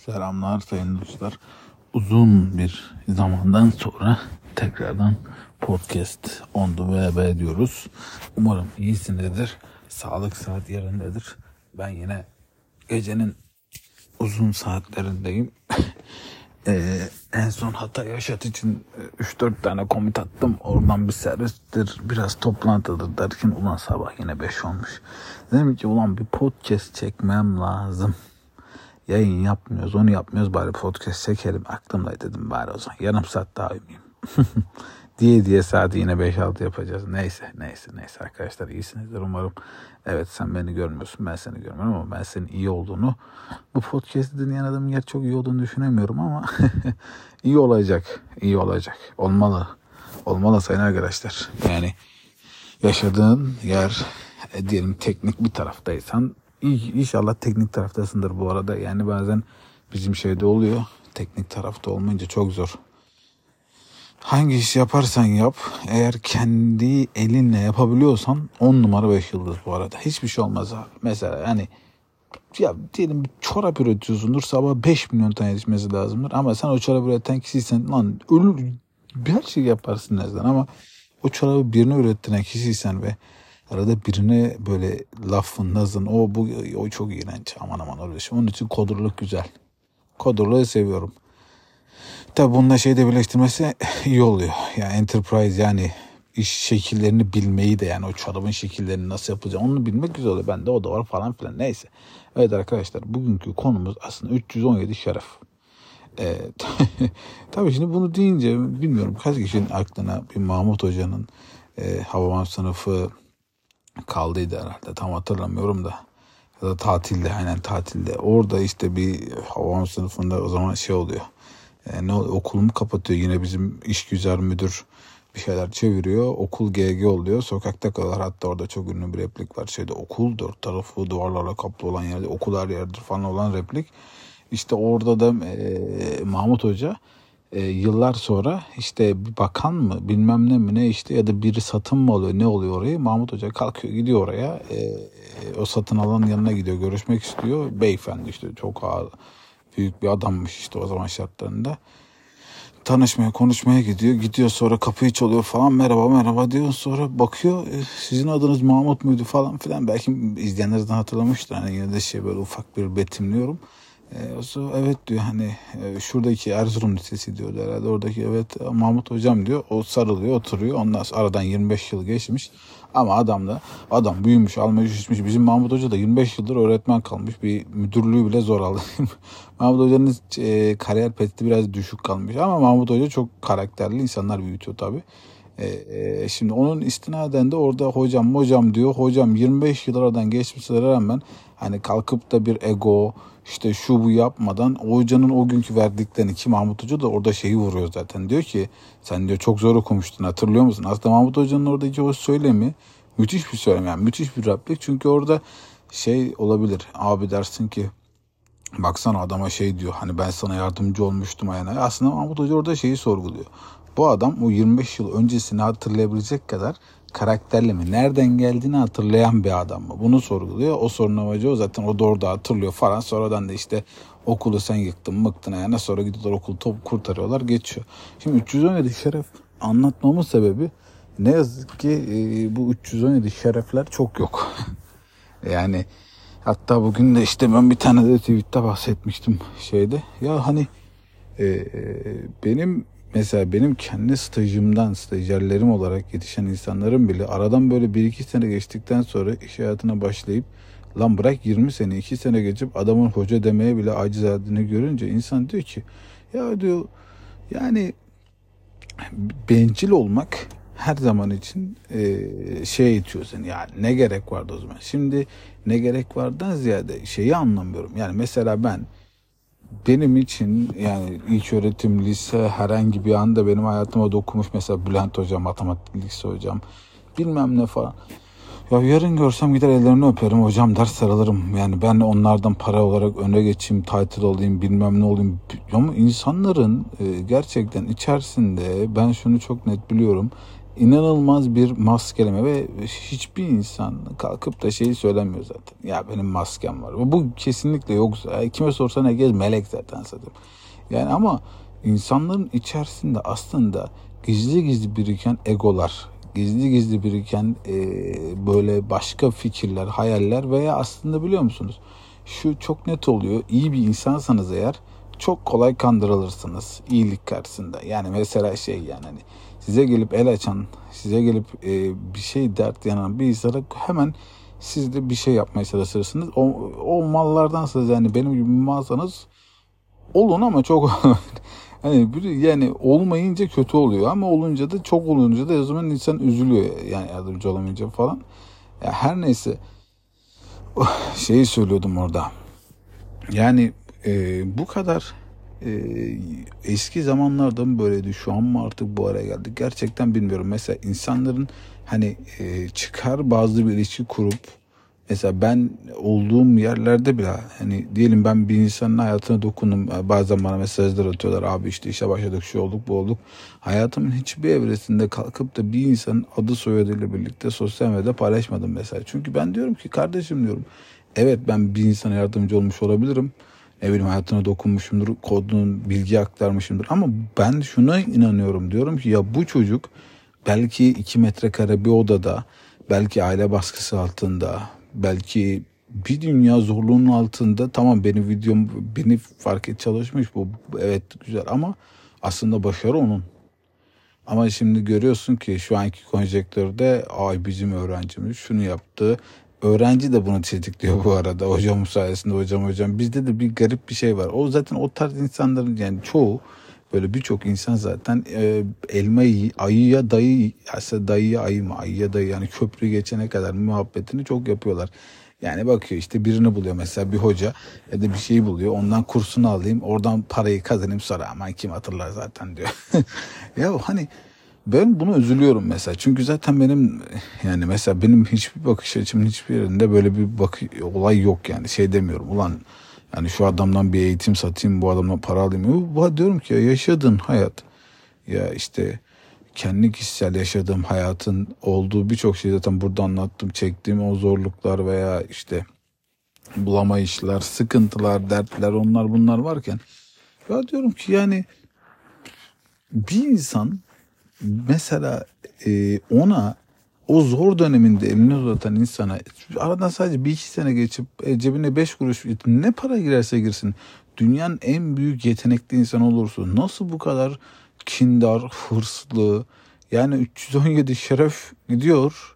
Selamlar sayın dostlar. Uzun bir zamandan sonra tekrardan podcast on the web diyoruz. Umarım iyisinizdir. Sağlık saat yerindedir. Ben yine gecenin uzun saatlerindeyim. En son Hatay Yaşat için 3-4 tane komut attım. Oradan bir servistir, biraz toplantıdır derken ulan sabah yine 5 olmuş. Dedim ki ulan bir podcast çekmem lazım. Yayın yapmıyoruz, onu yapmıyoruz, bari podcast çekelim. Aklımda dedim bari o zaman yarım saat daha uyumayayım. diye saati yine 5-6 yapacağız. Neyse arkadaşlar, iyisinizdir umarım. Evet, sen beni görmüyorsun, ben seni görmüyorum ama ben senin iyi olduğunu, bu podcast'i dinleyen adamın gerçi çok iyi olduğunu düşünemiyorum ama iyi olacak. Olmalı sayın arkadaşlar. Yani yaşadığın yer diyelim teknik bir taraftaysan, İnşallah teknik taraftasındır bu arada. Yani bazen bizim şeyde oluyor. Teknik tarafta olmayınca çok zor. Hangi iş yaparsan yap, eğer kendi elinle yapabiliyorsan 10 numara 5 yıldız bu arada. Hiçbir şey olmaz abi. Mesela yani ya diyelim bir çorap üretiyorsundur, sabah 5 milyon tane yetişmesi lazımdır. Ama sen o çorap üreten kişiysen lan ölür, her şey yaparsın nezden. Ama o çorabı birine ürettiren kişiysen ve arada birine böyle lafın, nazın, o çok iğrenç. Aman öyle şey. Onun için kodurluk güzel. Kodurluğu seviyorum. Tabi bununla de birleştirmesi iyi oluyor. Yani enterprise, yani iş şekillerini bilmeyi de, yani o çorabın şekillerini nasıl yapacağım onu bilmek güzel oluyor. Bende o da var falan filan, neyse. Evet arkadaşlar, bugünkü konumuz aslında 317 şeref. Tabii şimdi bunu deyince bilmiyorum kaç kişinin aklına bir Mahmut Hoca'nın Hababam sınıfı kaldıydı herhalde, tam hatırlamıyorum da, ya da tatilde orada işte bir Hababam sınıfında o zaman oluyor, ne oluyor, okulumu kapatıyor yine bizim işgüzar müdür, bir şeyler çeviriyor, okul GG oluyor, sokakta kalır. Hatta orada çok ünlü bir replik var, okul dört tarafı duvarlarla kaplı olan yerde okul her yerdir falan olan replik. İşte orada da Mahmut Hoca yıllar sonra işte bir bakan mı bilmem ne mi ne işte, ya da biri satın mı oluyor, ne oluyor orayı, Mahmut Hoca kalkıyor gidiyor oraya, o satın alanın yanına gidiyor, görüşmek istiyor. Beyefendi işte çok ağır, büyük bir adammış işte o zaman şartlarında. Tanışmaya, konuşmaya gidiyor, sonra kapıyı çalıyor falan, merhaba diyor, sonra bakıyor sizin adınız Mahmut muydu falan filan, belki izleyenlerden hatırlamıştır, hani yine de böyle ufak bir betimliyorum. Evet diyor, hani şuradaki Erzurum Lisesi diyor herhalde, oradaki, evet Mahmut hocam diyor. O sarılıyor, oturuyor. Ondan sonra aradan 25 yıl geçmiş ama adam büyümüş, almış düşmüş. Bizim Mahmut Hoca da 25 yıldır öğretmen kalmış, bir müdürlüğü bile zor aldı. Mahmut Hoca'nın kariyer peti biraz düşük kalmış ama Mahmut Hoca çok karakterli insanlar büyütüyor tabii. Şimdi onun istinaden de orada hocam diyor. Hocam 25 yıl aradan geçmişlere rağmen hani kalkıp da bir ego işte şu bu yapmadan o hocanın o günkü verdiklerini, ki Mahmut Hoca da orada vuruyor zaten, diyor ki sen diyor çok zor okumuştun, hatırlıyor musun? Aslında Mahmut Hoca'nın oradaki o söylemi müthiş bir söylem, yani müthiş bir replik. Çünkü orada olabilir abi, dersin ki baksana adama diyor, hani ben sana yardımcı olmuştum ayağına. Aslında Mahmut Hoca orada sorguluyor. Bu adam o 25 yıl öncesini hatırlayabilecek kadar karakterli mi? Nereden geldiğini hatırlayan bir adam mı? Bunu sorguluyor. O sorunun amacı o zaten. O da orada hatırlıyor falan. Sonradan da işte okulu sen yıktın mıktın ayağına. Sonra gidiyorlar okulu kurtarıyorlar, geçiyor. Şimdi 317 şeref anlatmamın sebebi, ne yazık ki bu 317 şerefler çok yok. Yani hatta bugün de işte ben bir tane de tweette bahsetmiştim Ya hani benim kendi stajyerlerim olarak yetişen insanların bile aradan böyle 1-2 sene geçtikten sonra iş hayatına başlayıp, lan bırak 20 sene 2 sene geçip adamın hoca demeye bile aciz halini görünce insan diyor ki ya diyor, yani bencil olmak her zaman için itiyor seni. Yani ne gerek vardı o zaman? Şimdi ne gerek vardan ziyade anlamıyorum. Yani mesela benim için yani ilköğretim, lise, herhangi bir anda benim hayatıma dokunmuş mesela Bülent Hocam, matematik lise hocam, bilmem ne falan. Ya yarın görsem gider ellerini öperim, hocam der, sarılırım. Yani ben onlardan para olarak öne geçeyim, title olayım, bilmem ne olayım. Ama insanların gerçekten içerisinde ben şunu çok net biliyorum. inanılmaz bir maskeleme ve hiçbir insan kalkıp da şeyi söylemiyor zaten. Ya benim maskem var. Ve bu kesinlikle yok. Kime sorsan herkes melek zaten zaten. Yani ama insanların içerisinde aslında gizli gizli biriken egolar, gizli gizli biriken böyle başka fikirler, hayaller veya aslında biliyor musunuz? Şu çok net oluyor. İyi bir insansanız eğer çok kolay kandırılırsınız iyilik karşısında. Yani mesela yani hani size gelip el açan, size gelip bir şey dert yanan bir insana hemen siz de bir şey yapmaya çalışırsınız. O mallardansınız yani benim gibi bir malsanız olun ama çok hani yani olmayınca kötü oluyor ama olunca da çok olunca da o zaman insan üzülüyor yani yardımcı olamayınca falan. Ya her neyse şeyi söylüyordum orada. Yani bu kadar eski zamanlarda mı böyleydi, şu an mı artık bu araya geldik gerçekten bilmiyorum. Mesela insanların hani çıkar bazı bir ilişki kurup mesela ben olduğum yerlerde bile hani diyelim ben bir insanın hayatına dokundum. Bazen bana mesajlar atıyorlar. Abi işte işe başladık, şu olduk, bu olduk. Hayatımın hiçbir evresinde kalkıp da bir insanın adı soyadıyla birlikte sosyal medyada paylaşmadım mesela. Çünkü ben diyorum ki kardeşim diyorum. Evet ben bir insana yardımcı olmuş olabilirim. Ne bileyim hayatına dokunmuşumdur, kodunun bilgi aktarmışımdır. Ama ben şuna inanıyorum diyorum ki ya bu çocuk belki 2 metrekare bir odada, belki aile baskısı altında, belki bir dünya zorluğunun altında tamam benim videom beni fark et çalışmış bu evet güzel ama aslında başarı onun. Ama şimdi görüyorsun ki şu anki konjektörde ay bizim öğrencimiz şunu yaptı. Öğrenci de bunu tetikliyor bu arada. Hocam sayesinde hocam. Bizde de bir garip bir şey var. O zaten o tarz insanların yani çoğu böyle birçok insan zaten elmayı ayıya dayı aslında dayıya ayı mı ayıya dayı yani köprü geçene kadar muhabbetini çok yapıyorlar. Yani bakıyor işte birini buluyor mesela bir hoca ya da bir şeyi buluyor ondan kursunu alayım oradan parayı kazanayım sonra aman kim hatırlar zaten diyor. Ya hani ben buna üzülüyorum mesela. Çünkü zaten benim yani mesela benim hiçbir bakış açımın hiçbir yerinde böyle bir olay yok yani. Şey demiyorum ulan yani şu adamdan bir eğitim satayım bu adamdan para alayım. Bu diyorum ki ya yaşadığın hayat ya işte kendi kişisel yaşadığım hayatın olduğu birçok şey zaten burada anlattım. Çektiğim o zorluklar veya işte bulamayışlar, sıkıntılar, dertler onlar bunlar varken ya diyorum ki yani bir insan mesela ona o zor döneminde elini uzatan insana aradan sadece 1-2 sene geçip cebine 5 kuruş ne para girerse girsin dünyanın en büyük yetenekli insan olursun. Nasıl bu kadar kindar, hırslı yani 317 şeref gidiyor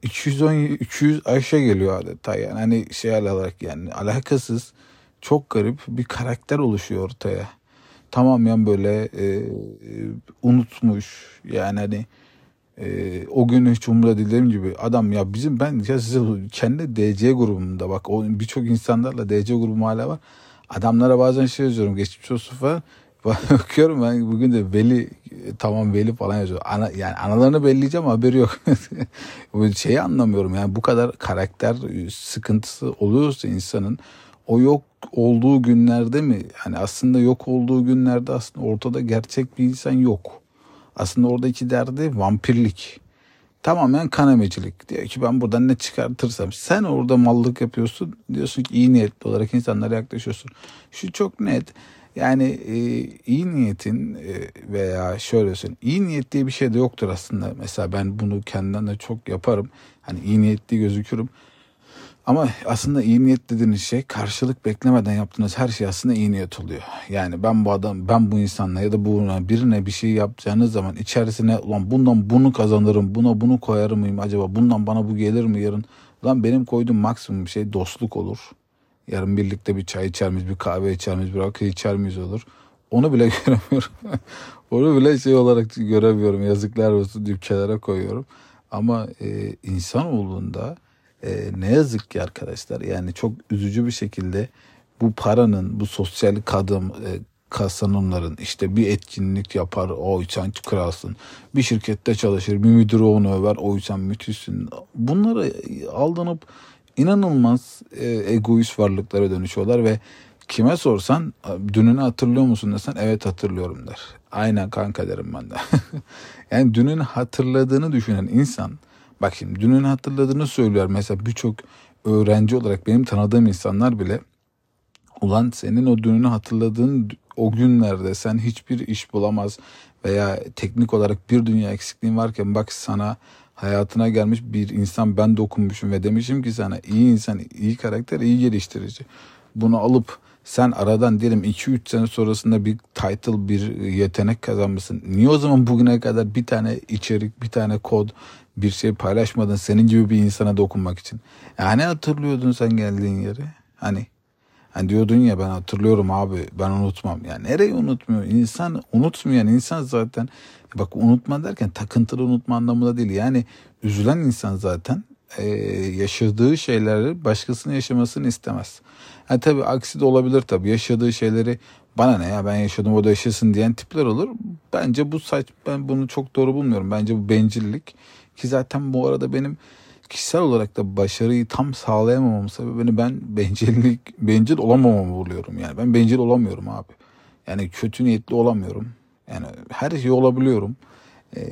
200 Ayşe geliyor adeta yani hani şey olarak yani alakasız çok garip bir karakter oluşuyor ortaya. Tamamen böyle unutmuş yani hani o gün hiç umurda değil dediğim gibi adam ya ben ya size kendi DC grubumda bak o birçok insanlarla DC grubum hala var. Adamlara bazen şey yazıyorum geçmiş olsun falan. Bakıyorum ben bugün de Veli tamam Veli falan yazıyor. Yani analarını belleyeceğim haberi yok. Bu şeyi anlamıyorum yani bu kadar karakter sıkıntısı oluyorsa insanın o yok olduğu günlerde mi? Yani aslında yok olduğu günlerde aslında ortada gerçek bir insan yok. Aslında oradaki derdi vampirlik. Tamamen kan emicilik. Diyor ki ben buradan ne çıkartırsam. Sen orada mallık yapıyorsun. Diyorsun ki iyi niyetli olarak insanlara yaklaşıyorsun. Şu çok net. Yani iyi niyetin veya şöyle söyleyeyim. İyi niyet diye bir şey de yoktur aslında. Mesela ben bunu kendimden de çok yaparım. Hani iyi niyetli gözükürüm. Ama aslında iyi niyet dediğiniz şey karşılık beklemeden yaptığınız her şey aslında iyi niyet oluyor. Yani ben bu insanla ya da birine bir şey yapacağınız zaman içerisine ulan bundan bunu kazanırım, buna bunu koyarım mıyım acaba? Bundan bana bu gelir mi yarın? Ulan benim koyduğum maksimum şey dostluk olur. Yarın birlikte bir çay içer miyiz, bir kahve içer miyiz, bir rakı içer miyiz olur. Onu bile göremiyorum. Onu bile şey olarak göremiyorum. Yazıklar olsun deyip kenara koyuyorum. Ama insanoğlunda ne yazık ki arkadaşlar yani çok üzücü bir şekilde bu paranın, bu sosyal kazanımların işte bir etkinlik yapar, oy sen kralsın. Bir şirkette çalışır, bir müdürü onu över, oy sen müthişsin. Bunlara aldanıp inanılmaz egoist varlıklara dönüşüyorlar ve Kime sorsan dününü hatırlıyor musun desen evet hatırlıyorum der. Aynen kanka derim ben de. Yani dününü hatırladığını düşünen insan, bak şimdi dününü hatırladığını söylüyor. Mesela birçok öğrenci olarak benim tanıdığım insanlar bile, ulan senin o dününü hatırladığın o günlerde sen hiçbir iş bulamaz veya teknik olarak bir dünya eksikliğin varken bak sana hayatına gelmiş bir insan ben dokunmuşum ve demişim ki sana iyi insan, iyi karakter, iyi geliştirici. Bunu alıp sen aradan diyelim 2-3 sene sonrasında bir title, bir yetenek kazanmışsın. Niye o zaman bugüne kadar bir tane içerik, bir tane kod, bir şey paylaşmadın senin gibi bir insana dokunmak için? Yani hatırlıyordun sen geldiğin yeri. Hani diyordun ya ben hatırlıyorum abi, ben unutmam. Yani nereyi unutmuyor? İnsan unutmayan insan zaten, bak unutma derken takıntılı unutma anlamında değil. Yani üzülen insan zaten yaşadığı şeyleri başkasının yaşamasını istemez. Yani tabii aksi de olabilir tabii. Yaşadığı şeyleri bana ne ya ben yaşadım o da yaşasın diyen tipler olur. Bence bu ben bunu çok doğru bulmuyorum. Bence bu bencillik. Ki zaten bu arada benim kişisel olarak da başarıyı tam sağlayamamamın sebebini ben bencil olamamamı buluyorum. Yani ben bencil olamıyorum abi. Yani kötü niyetli olamıyorum. Yani her şey olabiliyorum. Ee,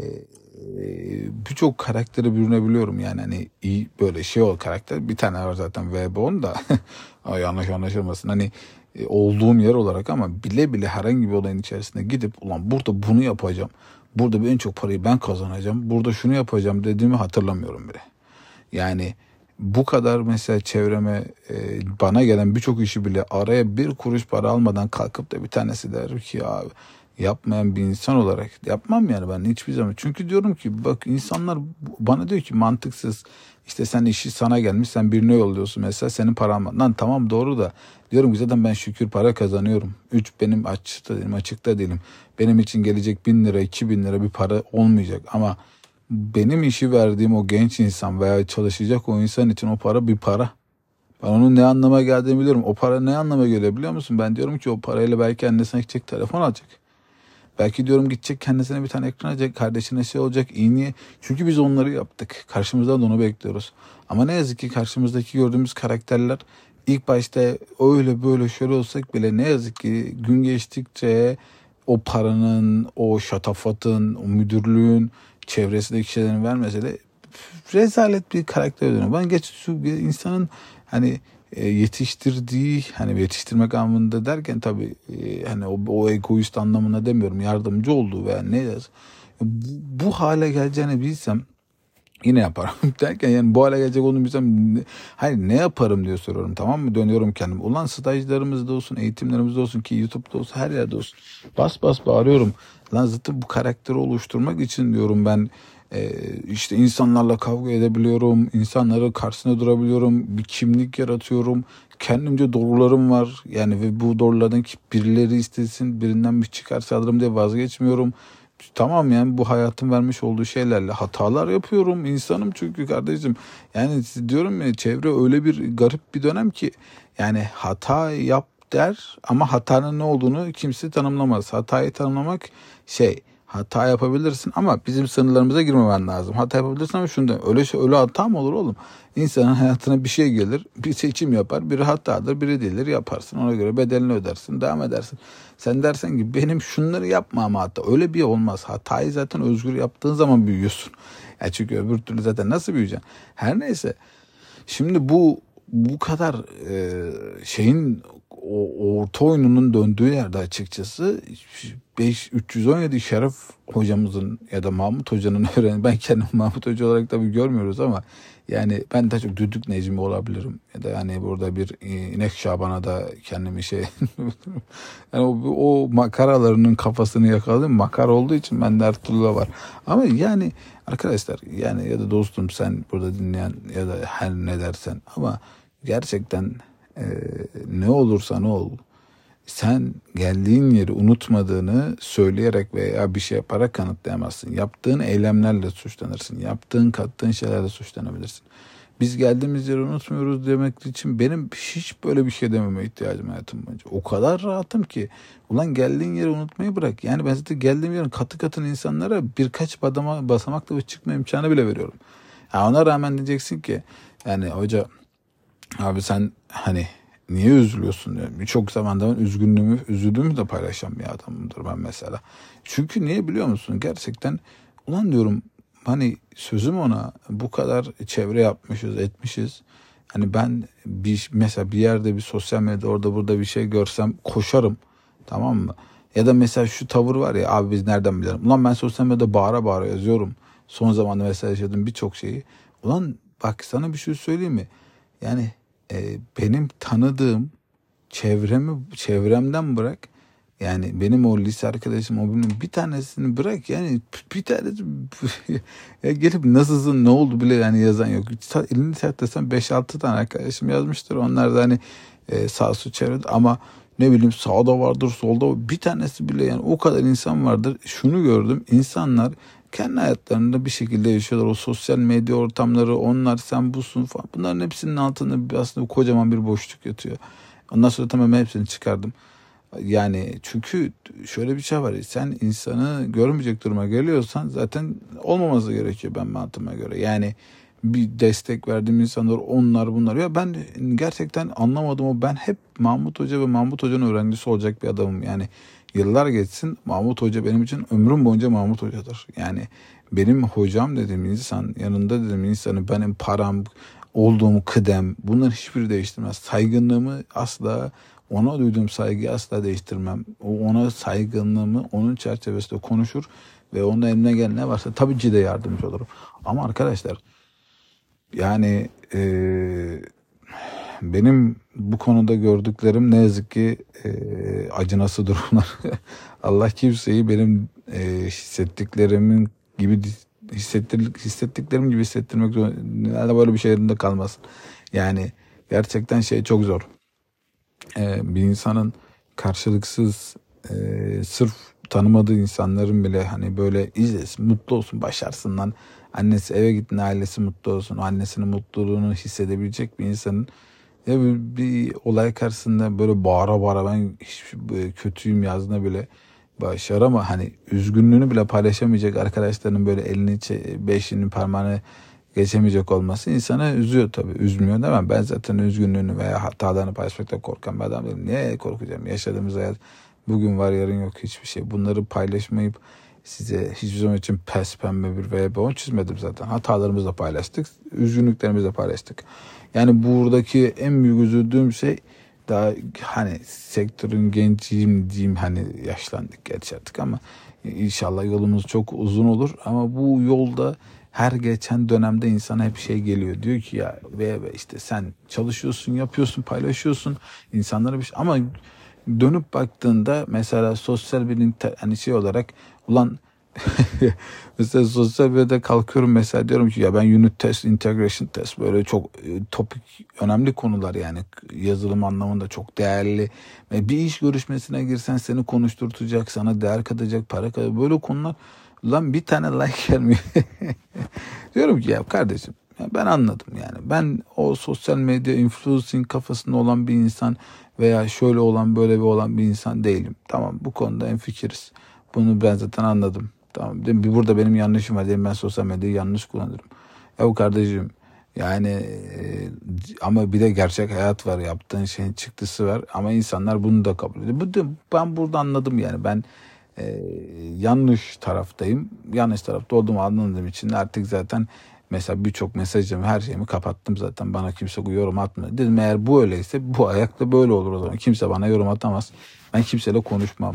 Birçok karaktere bürünebiliyorum. Yani hani iyi böyle şey ol karakter. Bir tane var zaten VB10 da. Ay yanlış anlaşılmasın. Hani olduğum yer olarak ama bile bile herhangi bir olayın içerisine gidip ulan burada bunu yapacağım. Burada en çok parayı ben kazanacağım. Burada şunu yapacağım dediğimi hatırlamıyorum bile. Yani bu kadar mesela çevreme bana gelen birçok işi bile araya bir kuruş para almadan kalkıp da bir tanesi der ki abi yapmayan bir insan olarak yapmam yani ben hiçbir zaman. Çünkü diyorum ki bak insanlar bana diyor ki mantıksız, işte sen işi sana gelmiş sen birine yolluyorsun mesela senin paran var. Lan tamam doğru da diyorum ki zaten ben şükür para kazanıyorum. Benim açıkta değilim. Benim için gelecek 1.000 lira 2.000 lira bir para olmayacak ama benim işi verdiğim o genç insan veya çalışacak o insan için o para bir para. Ben onun ne anlama geldiğini biliyorum. O para ne anlama geliyor biliyor musun? Ben diyorum ki o parayla belki annesine gidecek telefon alacak. Belki diyorum gidecek kendisine bir tane ekran alacak. Kardeşine şey olacak. İyi niye? Çünkü biz onları yaptık. Karşımızdan da onu bekliyoruz. Ama ne yazık ki karşımızdaki gördüğümüz karakterler ilk başta öyle böyle şöyle olsak bile ne yazık ki gün geçtikçe o paranın, o şatafatın, o müdürlüğün çevresindeki kişilerin vermese de rezalet bir karakter dönüyor. Ben şu insanın hani yetiştirdiği, hani yetiştirmek anlamında derken tabii hani o egoist anlamına demiyorum, yardımcı olduğu veya ne yazık bu hale geleceğini bilsem yine yaparım derken yani bu hale gelecek olduğunu bilsem hayır ne yaparım diye soruyorum, tamam mı? Dönüyorum kendim. Ulan stajlarımızda olsun, eğitimlerimizde olsun ki YouTube'da olsun her yerde olsun. Bas bas bağırıyorum. Lan zaten bu karakteri oluşturmak için diyorum ben işte insanlarla kavga edebiliyorum. İnsanların karşısına durabiliyorum. Bir kimlik yaratıyorum. Kendimce doğrularım var. Yani ve bu doğrulardan ki birileri istesin, birinden bir çıkar sağlarım diye vazgeçmiyorum. Tamam yani bu hayatın vermiş olduğu şeylerle hatalar yapıyorum. İnsanım çünkü kardeşim. Yani diyorum ya çevre öyle bir garip bir dönem ki yani hata yap der ama hatanın ne olduğunu kimse tanımlamaz. Hatayı tanımlamak hata yapabilirsin ama bizim sınırlarımıza girmemen lazım. Hata yapabilirsin ama şunda öyle hata mı olur oğlum? İnsanın hayatına bir şey gelir, bir seçim yapar, biri hatadır, biri değildir, yaparsın. Ona göre bedelini ödersin, devam edersin. Sen dersen ki benim şunları yapma ama hata. Öyle bir olmaz. Hatayı zaten özgür yaptığın zaman büyüyorsun. Yani çünkü öbür türlü zaten nasıl büyüyeceksin? Her neyse. Şimdi bu kadar şeyin o orta oyununun döndüğü yerde açıkçası 317 Şeref hocamızın ya da Mahmut hocanın ben kendim Mahmut hoca olarak tabii görmüyoruz ama yani ben de çok Düdük Necmi olabilirim ya da yani burada bir İnek Şaban'a da kendimi yani o makaralarının kafasını yakaladım, makara olduğu için bende her türlü var ama yani arkadaşlar yani ya da dostum sen burada dinleyen ya da her ne dersen ama gerçekten ne olursan ol sen geldiğin yeri unutmadığını söyleyerek veya bir şey yaparak kanıtlayamazsın. Yaptığın eylemlerle suçlanırsın. Kattığın şeylerle suçlanabilirsin. Biz geldiğimiz yeri unutmuyoruz demek için benim hiç böyle bir şey dememe ihtiyacım hayatım boyunca. O kadar rahatım ki. Ulan geldiğin yeri unutmayı bırak. Yani ben zaten geldiğim yerin katı insanlara birkaç basamakla çıkma imkanı bile veriyorum. Ya ona rağmen diyeceksin ki yani hoca abi sen hani Niye üzülüyorsun diyorum. Birçok zamanda ben üzüldüğümü de paylaşan bir adamımdır ben mesela. Çünkü niye biliyor musun? Gerçekten ulan diyorum, hani sözüm ona, bu kadar çevre yapmışız, etmişiz. Hani ben mesela bir yerde, bir sosyal medyada, orada burada bir şey görsem koşarım. Tamam mı? Ya da mesela şu tavır var ya, abi biz nereden bilelim? Ulan ben sosyal medyada bağıra bağıra yazıyorum. Son zamanda mesela yaşadığım birçok şeyi. Ulan bak, sana bir şey söyleyeyim mi? Yani benim tanıdığım çevremden bırak, yani benim o lise arkadaşım, o bilmem, bir tanesini bırak, yani bir tanesi ya gelip nasılsın, ne oldu bile yani yazan yok. Elini tartırsan 5-6 tane arkadaşım yazmıştır. Onlar da hani sağ su çevrede, ama ne bileyim sağda vardır, solda var. Bir tanesi bile, yani o kadar insan vardır. Şunu gördüm, insanlar kendi hayatlarında bir şekilde yaşıyorlar. O sosyal medya ortamları, onlar, sen busun falan. Bunların hepsinin altında aslında kocaman bir boşluk yatıyor. Ondan sonra tamamen hepsini çıkardım. Yani çünkü şöyle bir şey var. Sen insanı görmeyecek duruma geliyorsan zaten olmaması gerekiyor ben mantığıma göre. Yani bir destek verdiğim insanlar, onlar bunlar. Ya ben gerçekten anlamadım o. Ben hep Mahmut Hoca ve Mahmut Hoca'nın öğrencisi olacak bir adamım. Yani yıllar geçsin, Mahmut Hoca benim için ömrüm boyunca Mahmut Hoca'dır. Yani benim hocam dediğim insan, yanında dediğim insanı, benim param, olduğum kıdem, bunların hiçbiri değiştirmez. Saygınlığımı asla, ona duyduğum saygıyı asla değiştirmem. Ona saygınlığımı onun çerçevesinde konuşur ve onun eline gelen ne varsa tabii ki de yardımcı olurum. Ama arkadaşlar, yani benim bu konuda gördüklerim ne yazık ki acınası durumlar. Allah kimseyi benim hissettiklerimin gibi hissettiklerim gibi hissettirmek zorunda, böyle bir şeyinde kalmasın. Yani gerçekten şey çok zor. Bir insanın karşılıksız sırf tanımadığı insanların bile hani böyle izlesin, mutlu olsun, başarsın lan. Annesi eve gittiğinde ailesi mutlu olsun. Annesinin mutluluğunu hissedebilecek bir insanın ya bir olay karşısında böyle bağıra bağıra ben kötüyüm yazdığında bile başar, ama hani üzgünlüğünü bile paylaşamayacak arkadaşlarının böyle elini, beşinin parmağını geçemeyecek olması insanı üzüyor tabii. Üzmüyor demem. Ben zaten üzgünlüğünü veya hatalarını paylaşmaktan korkan bir adam değilim. Niye korkacağım? Yaşadığımız hayat bugün var, yarın yok, hiçbir şey. Bunları paylaşmayıp size hiçbir zaman için pes pembe bir VB10 çizmedim zaten. Hatalarımızı da paylaştık. Üzgünlüklerimizi de paylaştık. Yani buradaki en büyük üzüldüğüm şey, daha hani sektörün genciyim diyeyim, hani yaşlandık gerçi artık, ama inşallah yolumuz çok uzun olur. Ama bu yolda her geçen dönemde insana hep şey geliyor. Diyor ki ya ve işte sen çalışıyorsun, yapıyorsun, paylaşıyorsun insanlara bir şey, ama dönüp baktığında mesela sosyal bir hani şey olarak, ulan mesela sosyal medyada kalkıyorum mesela, diyorum ki ya ben unit test, integration test, böyle çok topik, önemli konular, yani yazılım anlamında çok değerli. Ve bir iş görüşmesine girsen seni konuşturtacak, sana değer katacak, para katacak böyle konular. Lan bir tane like gelmiyor. Diyorum ki ya kardeşim, ya ben anladım yani. Ben o sosyal medya influencing kafasında olan bir insan veya şöyle olan böyle bir olan bir insan değilim. Tamam, bu konuda hemfikiriz. Bunu ben zaten anladım. Tamam, değil mi? Burada benim yanlışım var. Değil mi? Ben sosyal medyayı yanlış kullanırım. Ya bu kardeşim, yani ama bir de gerçek hayat var. Yaptığın şeyin çıktısı var. Ama insanlar bunu da kabul ediyor. Ben burada anladım yani. Ben yanlış taraftayım. Yanlış tarafta olduğumu anladığım için artık zaten mesela birçok mesajımı, her şeyimi kapattım zaten. Bana kimse yorum atmıyor. Dedim eğer bu öyleyse bu ayakta böyle olur o zaman. Kimse bana yorum atamaz. Ben kimseyle konuşmam.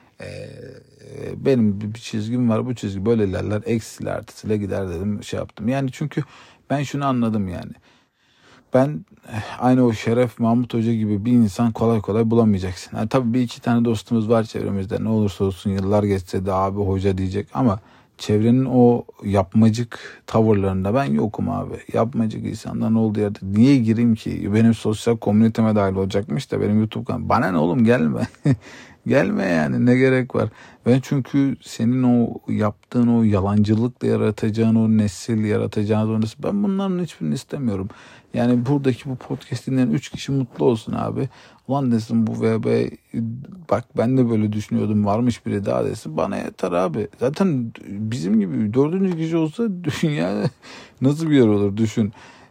Benim bir çizgim var. Bu çizgi böyle ilerler. Eksiyle artısıyla gider dedim. Şey yaptım. Yani çünkü ben şunu anladım yani. Ben aynı o Şeref Mahmut Hoca gibi bir insan kolay kolay bulamayacaksın. Yani tabii bir iki tane dostumuz var çevremizde. Ne olursa olsun yıllar geçse de abi hoca diyecek, ama çevrenin o yapmacık tavırlarında ben yokum abi. Yapmacık insanların olduğu yerde niye gireyim ki? Benim sosyal komüniteme dahil olacakmış da benim YouTube kanalım. Bana ne oğlum, gelme. Gelme yani, ne gerek var? Ben çünkü senin o yaptığın o yalancılıkla yaratacağın o nesil, yaratacağın o nesil, ben bunların hiçbirini istemiyorum. Yani buradaki bu podcast dinleyen 3 kişi mutlu olsun abi. Ulan desin bu VB, bak ben de böyle düşünüyordum, varmış biri daha desin. Bana yeter abi. Zaten bizim gibi 4. kişi olsa dünya nasıl bir yer olur düşün.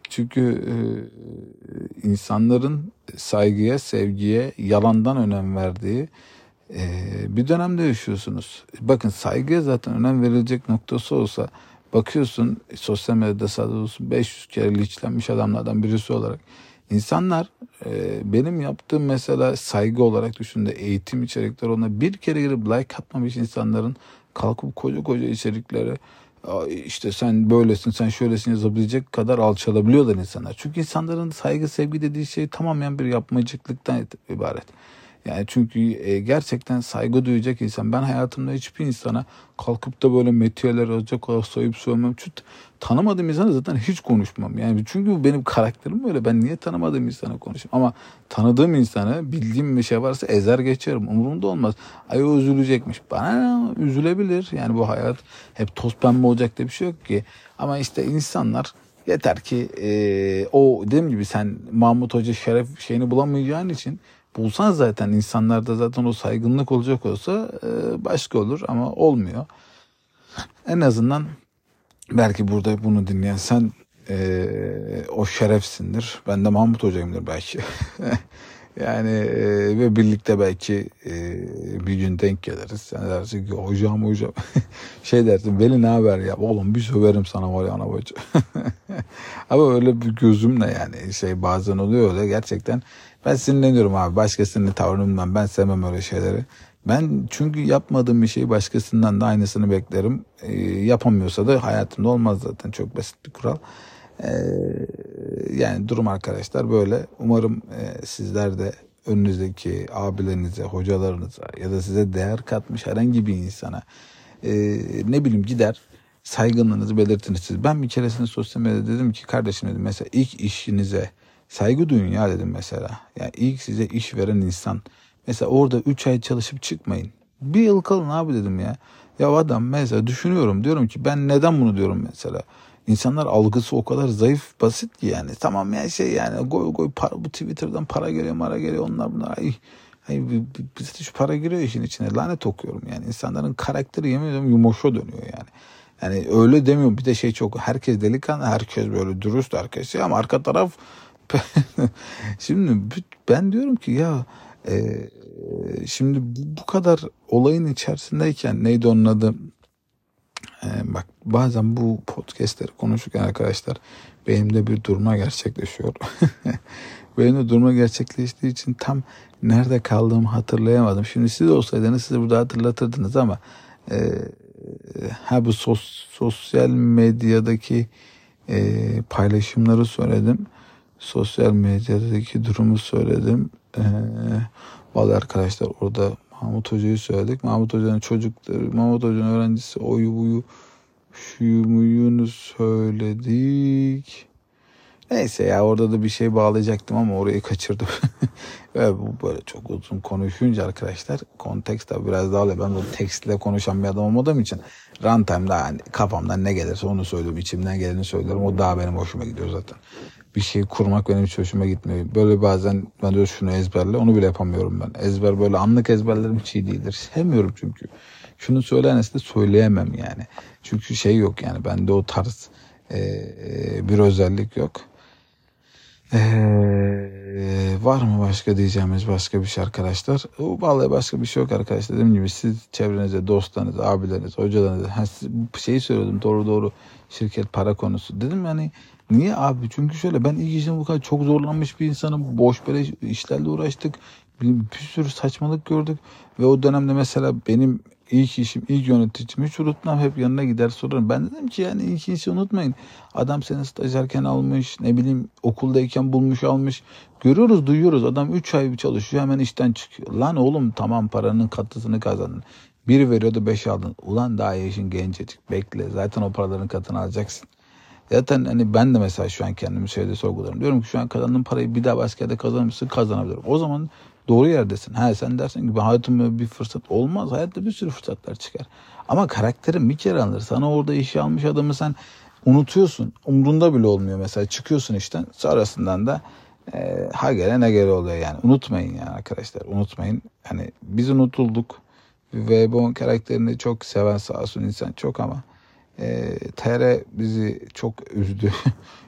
Çünkü insanların saygıya, sevgiye yalandan önem verdiği bir dönemde yaşıyorsunuz. Bakın, saygıya zaten önem verilecek noktası olsa, bakıyorsun sosyal medyada sadece olsun 500 kere linçlenmiş adamlardan birisi olarak insanlar benim yaptığım mesela saygı olarak düşündüğü eğitim içerikleri, ona bir kere girip like atmamış insanların kalkıp koca koca içeriklere işte sen böylesin, sen şöylesin yazabilecek kadar alçalabiliyorlar insanlar. Çünkü insanların saygı, sevgi dediği şey tamamen bir yapmacıklıktan ibaret. Yani çünkü gerçekten saygı duyacak insan. Ben hayatımda hiçbir insana kalkıp da böyle metiyeler olacak kadar soyup sövmem. Çünkü tanımadığım insana zaten hiç konuşmam. Yani çünkü bu benim karakterim böyle. Ben niye tanımadığım insana konuşayım? Ama tanıdığım insanı, bildiğim bir şey varsa ezer geçerim. Umurumda olmaz. Ay, o üzülecekmiş. Bana ne? Üzülebilir. Yani bu hayat hep toz pembe olacak diye bir şey yok ki. Ama işte insanlar yeter ki o dediğim gibi sen Mahmut Hoca şeref şeyini bulamayacağın için, bulsan zaten insanlarda zaten o saygınlık olacak olsa başka olur ama olmuyor. En azından belki burada bunu dinleyen sen o şerefsindir. Ben de Mahmut Hoca'yımdır belki. Yani ve birlikte belki bir gün denk geliriz. Sen dersin ki hocam şey dersin, Veli ne haber ya? Oğlum bir söverim sana var ya ana bacı. Ama öyle bir gözümle yani şey bazen oluyor öyle gerçekten. Ben sinirleniyorum abi. Başkasının tavrından ben sevmem öyle şeyleri. Ben çünkü yapmadığım bir şeyi başkasından da aynısını beklerim. Yapamıyorsa da hayatımda olmaz zaten. Çok basit bir kural. Yani durum arkadaşlar böyle. Umarım sizler de önünüzdeki abilerinize, hocalarınıza ya da size değer katmış herhangi bir insana ne bileyim gider saygınlığınızı belirtiniz. Ben bir keresinde sosyal medyada dedim ki kardeşim dedim, mesela ilk işinize saygı duyun ya dedim mesela. Yani ilk size iş veren insan. Mesela orada 3 ay çalışıp çıkmayın. Bir yıl kalın abi dedim ya. Ya adam mesela düşünüyorum, diyorum ki ben neden bunu diyorum mesela. İnsanlar algısı o kadar zayıf, basit ki yani. Tamam ya şey yani goy para, bu Twitter'dan para geliyor, mara geliyor, onlar bunlar. Ay, bizde şu para giriyor işin içine. Lanet okuyorum yani. İnsanların karakteri yemin ediyorum yumuşa dönüyor yani. Yani öyle demiyorum. Bir de şey çok, herkes delikanlı, herkes böyle dürüst, herkes şey, ama arka taraf şimdi ben diyorum ki ya şimdi bu kadar olayın içerisindeyken neydi onun adı? Bak bazen bu podcastleri konuşurken arkadaşlar beynimde bir durma gerçekleşiyor. Beynimde durma gerçekleştiği için tam nerede kaldığımı hatırlayamadım. Şimdi siz olsaydınız size burada hatırlatırdınız ama bu sosyal medyadaki paylaşımları söyledim. Sosyal medyadaki durumu söyledim. Vallahi arkadaşlar orada Mahmut Hoca'yı söyledik. Mahmut Hoca'nın çocukları, Mahmut Hoca'nın öğrencisi oyu buyu şuyu muyunu söyledik. Neyse ya, orada da bir şey bağlayacaktım ama orayı kaçırdım. Ve bu böyle çok uzun konuşunca arkadaşlar kontekst tabi biraz daha oluyor. Ben böyle tekstle konuşan bir adam olmadığım için runtime'da hani kafamdan ne gelirse onu söylüyorum. İçimden geleni söylüyorum. O daha benim hoşuma gidiyor zaten. Bir şey kurmak benim hiç hoşuma gitmiyor. Böyle bazen ben de şunu ezberle, onu bile yapamıyorum ben. Ezber böyle anlık ezberlerim hiç iyi değildir. Sevmiyorum çünkü. Şunu söylenesi de söyleyemem yani. Çünkü şey yok yani, bende o tarz bir özellik yok. Var mı başka diyeceğimiz başka bir şey arkadaşlar? Vallahi başka bir şey yok arkadaşlar. Dediğim gibi siz çevrenize, dostlarınız, abileriniz, hocalarınız, şeyi söyledim doğru şirket para konusu. Dedim yani niye abi? Çünkü şöyle, ben ilk işim bu kadar çok zorlanmış bir insanım. Boş böyle işlerle uğraştık. Bir sürü saçmalık gördük. Ve o dönemde mesela benim ilk işim, ilk yöneticim hiç unutmam, hep yanına gider sorarım. Ben dedim ki yani ilk işi unutmayın. Adam seni stajyerken almış, ne bileyim okuldayken bulmuş almış. Görüyoruz, duyuyoruz. Adam 3 ay çalışıyor, hemen işten çıkıyor. Lan oğlum tamam, paranın katısını kazandın. Bir veriyordu 5 aldın. Ulan daha yaşın gencecik, bekle. Zaten o paraların katını alacaksın. Zaten hani ben de mesela şu an kendimi şeyde sorgularım. Diyorum ki şu an kazandığım parayı bir daha başka yerde kazanmışsın, kazanabilirim. O zaman doğru yerdesin. Sen dersin ki ben hayatımda bir fırsat olmaz. Hayatta bir sürü fırsatlar çıkar. Ama karakterin bir kere alınır. Sana orada işe almış adamı sen unutuyorsun. Umrunda bile olmuyor mesela. Çıkıyorsun işten. Sonrasından da ha gele ne gele oluyor yani. Unutmayın yani arkadaşlar. Unutmayın. Hani biz unutulduk. Ve bu karakterini çok seven sağ olsun insan çok ama TR bizi çok üzdü.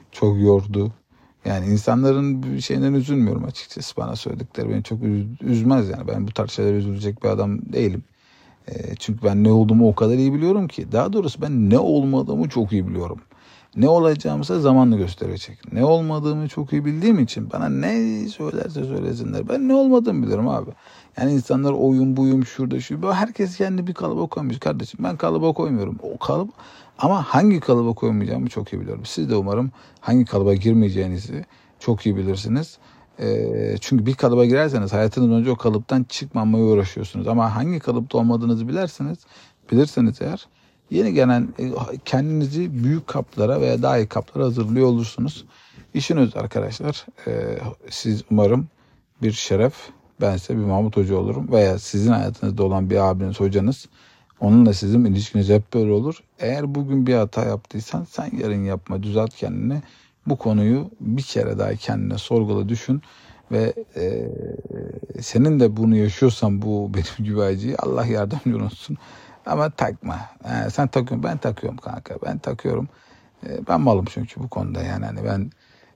çok yordu. Yani insanların bir şeyden üzülmüyorum açıkçası. Bana söyledikleri beni çok üzmez yani. Ben bu tarz şeylere üzülecek bir adam değilim. Çünkü ben ne olduğumu o kadar iyi biliyorum ki. Daha doğrusu ben ne olmadığımı çok iyi biliyorum. Ne olacağımsa zamanla gösterecek. Ne olmadığımı çok iyi bildiğim için bana ne söylerse söylesinler. Ben ne olmadığımı biliyorum abi. Yani insanlar oyun buyum şurada şu. Herkes kendi bir kalıba koymuş kardeşim. Ben kalıba koymuyorum. O kalıp ama hangi kalıba koymayacağımı çok iyi biliyorum. Siz de umarım hangi kalıba girmeyeceğinizi çok iyi bilirsiniz. Çünkü bir kalıba girerseniz hayatınız önce o kalıptan çıkmamaya uğraşıyorsunuz. Ama hangi kalıpta olmadığınızı bilirseniz eğer yeni gelen kendinizi büyük kaplara veya daha iyi kaplara hazırlıyor olursunuz. İşiniz arkadaşlar. Siz umarım bir şeref, bense bir Mahmut Hoca olurum veya sizin hayatınızda olan bir abiniz, hocanız. Onunla sizin ilişkiniz hep böyle olur. Eğer bugün bir hata yaptıysan sen yarın yapma, düzelt kendini. Bu konuyu bir kere daha kendine sorgula, düşün ve senin de bunu yaşıyorsan bu benim gibi acıyı Allah yardımcın olsun. Ama takma. Sen takıyorsun, ben takıyorum kanka. Ben takıyorum. Ben malım çünkü bu konuda yani hani ben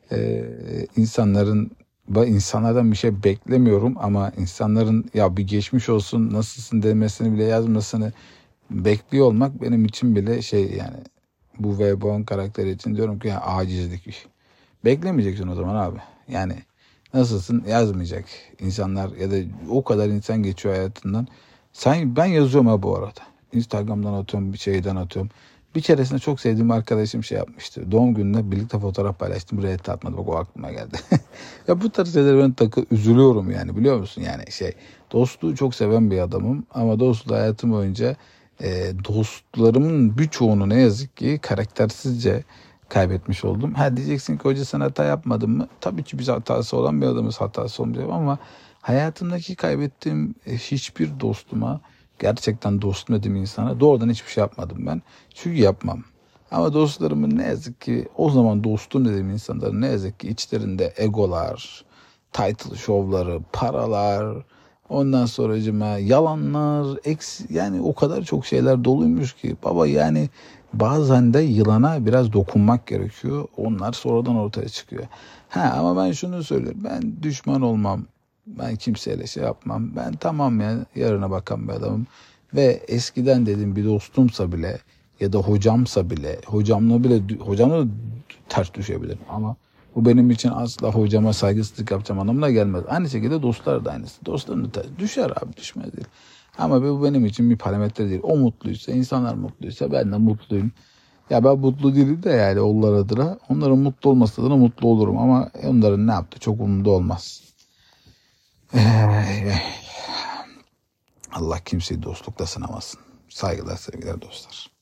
insanlardan bir şey beklemiyorum ama insanların ya bir geçmiş olsun nasılsın demesini bile yazmasını bekliyor olmak benim için bile şey yani bu Webon karakteri için diyorum ki yani acizlik. Beklemeyeceksin o zaman abi. Yani nasılsın yazmayacak insanlar ya da o kadar insan geçiyor hayatından. Ben yazıyorum ha bu arada. Instagram'dan atıyorum, bir şeyden atıyorum. Bir keresinde çok sevdiğim arkadaşım şey yapmıştı. Doğum gününde birlikte fotoğraf paylaştım. Reddit atmadı. Bak o aklıma geldi. Ya bu tarz şeyler ben üzülüyorum yani biliyor musun? Yani dostluğu çok seven bir adamım. Ama dostluğu hayatım boyunca dostlarımın birçoğunu ne yazık ki karaktersizce kaybetmiş oldum. Diyeceksin ki hoca sen hata yapmadın mı? Tabii ki biz hatası olan bir adamız, hatası olmayacak ama hayatımdaki kaybettiğim hiçbir dostuma, gerçekten dostum dediğim insana doğrudan hiçbir şey yapmadım ben. Çünkü yapmam. Ama dostlarımın ne yazık ki o zaman dostum dediğim insanların ne yazık ki içlerinde egolar, title şovları, paralar, ondan sonracıma yalanlar, yani o kadar çok şeyler doluymuş ki baba yani bazen de yılana biraz dokunmak gerekiyor. Onlar sonradan ortaya çıkıyor. Ama ben şunu söyleyeyim. Ben düşman olmam. Ben kimseyle şey yapmam. Ben tamam ya yarına bakan bir adamım. Ve eskiden dediğim bir dostumsa bile ya da hocamsa bile hocamla ters düşebilirim. Ama bu benim için asla hocama saygısızlık yapacağım anlamına gelmez. Aynı şekilde dostlar da aynısı. Dostların da düşer abi düşmez değil. Ama bu benim için bir parametre değil. O mutluysa, insanlar mutluysa ben de mutluyum. Ya ben mutlu değilim de yani onlar adına. Onların mutlu olması adına mutlu olurum. Ama onların ne yaptı çok umurumda olmaz. Allah kimseyi dostlukla sınamasın. Saygılar, sevgiler dostlar.